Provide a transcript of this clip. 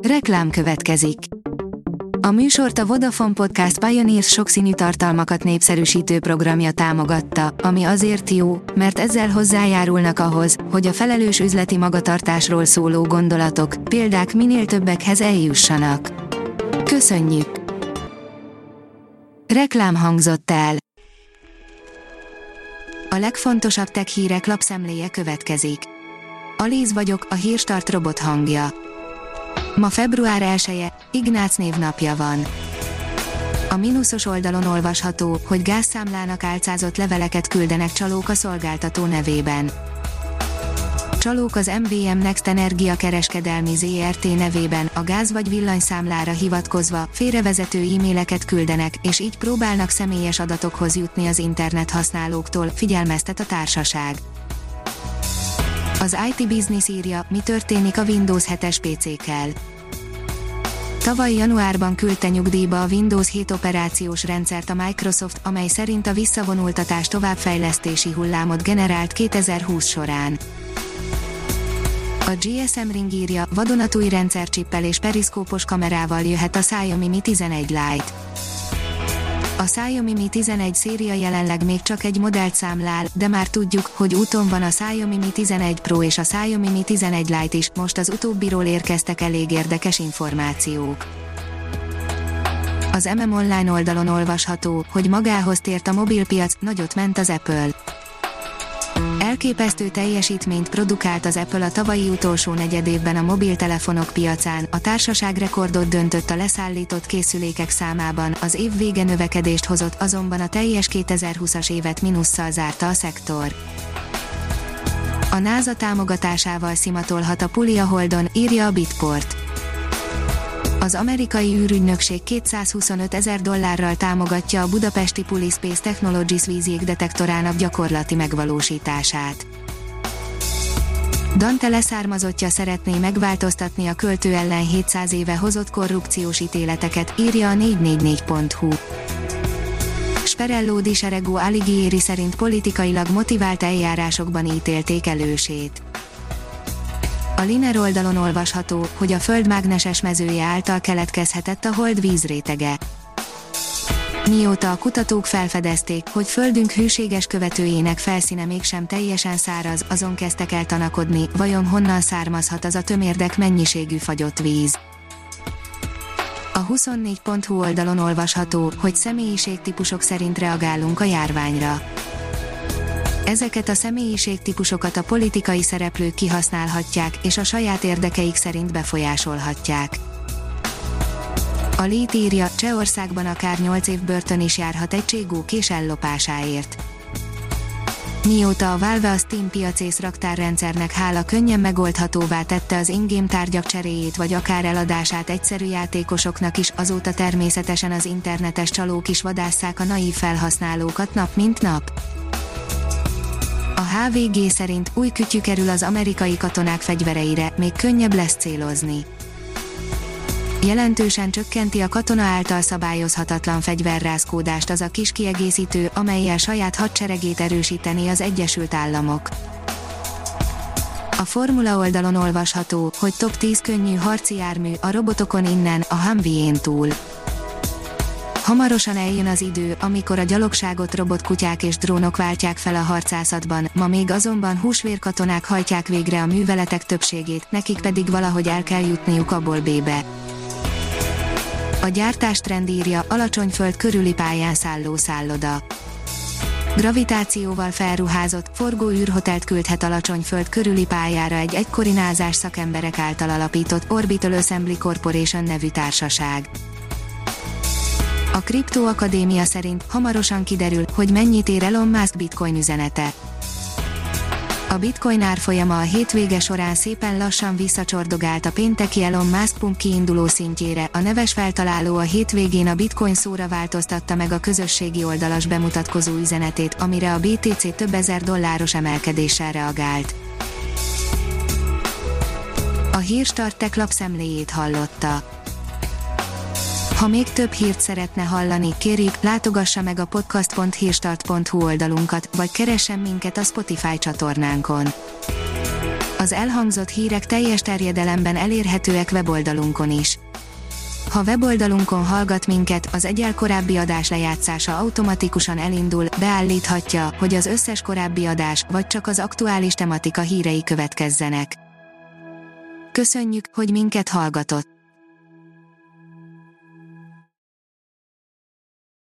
Reklám következik. A műsort a Vodafone Podcast Pioneers sokszínű tartalmakat népszerűsítő programja támogatta, ami azért jó, mert ezzel hozzájárulnak ahhoz, hogy a felelős üzleti magatartásról szóló gondolatok, példák minél többekhez eljussanak. Köszönjük! Reklám hangzott el. A legfontosabb tech hírek lapszemléje következik. Alíz vagyok, a Hírstart robot hangja. Ma február 1-e, Ignác névnapja van. A mínuszos oldalon olvasható, hogy gázszámlának álcázott leveleket küldenek csalók a szolgáltató nevében. Csalók az MVM Next Energia kereskedelmi ZRT nevében a gáz- vagy villanyszámlára hivatkozva félrevezető e-maileket küldenek, és így próbálnak személyes adatokhoz jutni az internet használóktól, figyelmeztet a társaság. Az IT Business írja, mi történik a Windows 7-es PC-kkel. Tavaly januárban küldte nyugdíjba a Windows 7 operációs rendszert a Microsoft, amely szerint a visszavonultatás továbbfejlesztési hullámot generált 2020 során. A GSM Ring írja, vadonatúj rendszercsippel és periszkópos kamerával jöhet a Xiaomi Mi 11 Lite. A Xiaomi Mi 11 széria jelenleg még csak egy modellt számlál, de már tudjuk, hogy úton van a Xiaomi Mi 11 Pro és a Xiaomi Mi 11 Lite is, most az utóbbiról érkeztek elég érdekes információk. Az Online oldalon olvasható, hogy magához tért a mobilpiac, nagyot ment az Apple. Elképesztő teljesítményt produkált az Apple a tavalyi utolsó negyedévben a mobiltelefonok piacán, a társaság rekordot döntött a leszállított készülékek számában, az év vége növekedést hozott, azonban a teljes 2020-as évet mínusszal zárta a szektor. A NASA támogatásával szimatolhat a puli a Holdon, írja a Bitport. Az amerikai űrügynökség $225 000 támogatja a budapesti Puli Space Technologies vízjégdetektorának gyakorlati megvalósítását. Dante leszármazottja szeretné megváltoztatni a költő ellen 700 éve hozott korrupciós ítéleteket, írja a 444.hu. Sperello di Serego Alighieri szerint politikailag motivált eljárásokban ítélték elősét. A Liner oldalon olvasható, hogy a Föld mágneses mezője által keletkezhetett a Hold vízrétege. Mióta a kutatók felfedezték, hogy Földünk hűséges követőjének felszíne mégsem teljesen száraz, azon kezdtek el tanakodni, vajon honnan származhat az a tömérdek mennyiségű fagyott víz. A 24.hu oldalon olvasható, hogy személyiségtípusok szerint reagálunk a járványra. Ezeket a személyiségtípusokat a politikai szereplők kihasználhatják, és a saját érdekeik szerint befolyásolhatják. A Lét írja, Csehországban akár 8 év börtön is járhat egy cségókés ellopásáért. Mióta a Valve a Steam piacész raktárrendszernek hála könnyen megoldhatóvá tette az in-game tárgyak cseréjét vagy akár eladását egyszerű játékosoknak is, azóta természetesen az internetes csalók is vadásszák a naív felhasználókat nap mint nap. A HVG szerint új kütyű kerül az amerikai katonák fegyvereire, még könnyebb lesz célozni. Jelentősen csökkenti a katona által szabályozhatatlan fegyverrázkódást az a kis kiegészítő, amellyel saját hadseregét erősíteni az Egyesült Államok. A Formula oldalon olvasható, hogy top 10 könnyű harci jármű a robotokon innen, a Humvee-n túl. Hamarosan eljön az idő, amikor a gyalogságot robotkutyák és drónok váltják fel a harcászatban, ma még azonban húsvérkatonák hajtják végre a műveletek többségét, nekik pedig valahogy el kell jutniuk A-ból B-be. A gyártástrend írja, alacsony föld körüli pályán szálló szálloda. Gravitációval felruházott, forgó űrhotelt küldhet alacsony föld körüli pályára egy egykori názás szakemberek által alapított Orbital Assembly Corporation nevű társaság. A Kripto Akadémia szerint hamarosan kiderül, hogy mennyit ér Elon Musk bitcoin üzenete. A bitcoin árfolyama a hétvége során szépen lassan visszacsordogált a pénteki Elon Musk kiinduló szintjére, a neves feltaláló a hétvégén a bitcoin szóra változtatta meg a közösségi oldalas bemutatkozó üzenetét, amire a BTC több ezer dolláros emelkedéssel reagált. A Hírstart Tech lapszemléjét hallotta. Ha még több hírt szeretne hallani, kérjük, látogassa meg a podcast.hírstart.hu oldalunkat, vagy keressen minket a Spotify csatornánkon. Az elhangzott hírek teljes terjedelemben elérhetőek weboldalunkon is. Ha weboldalunkon hallgat minket, az egyel korábbi adás lejátszása automatikusan elindul, beállíthatja, hogy az összes korábbi adás, vagy csak az aktuális tematika hírei következzenek. Köszönjük, hogy minket hallgatott!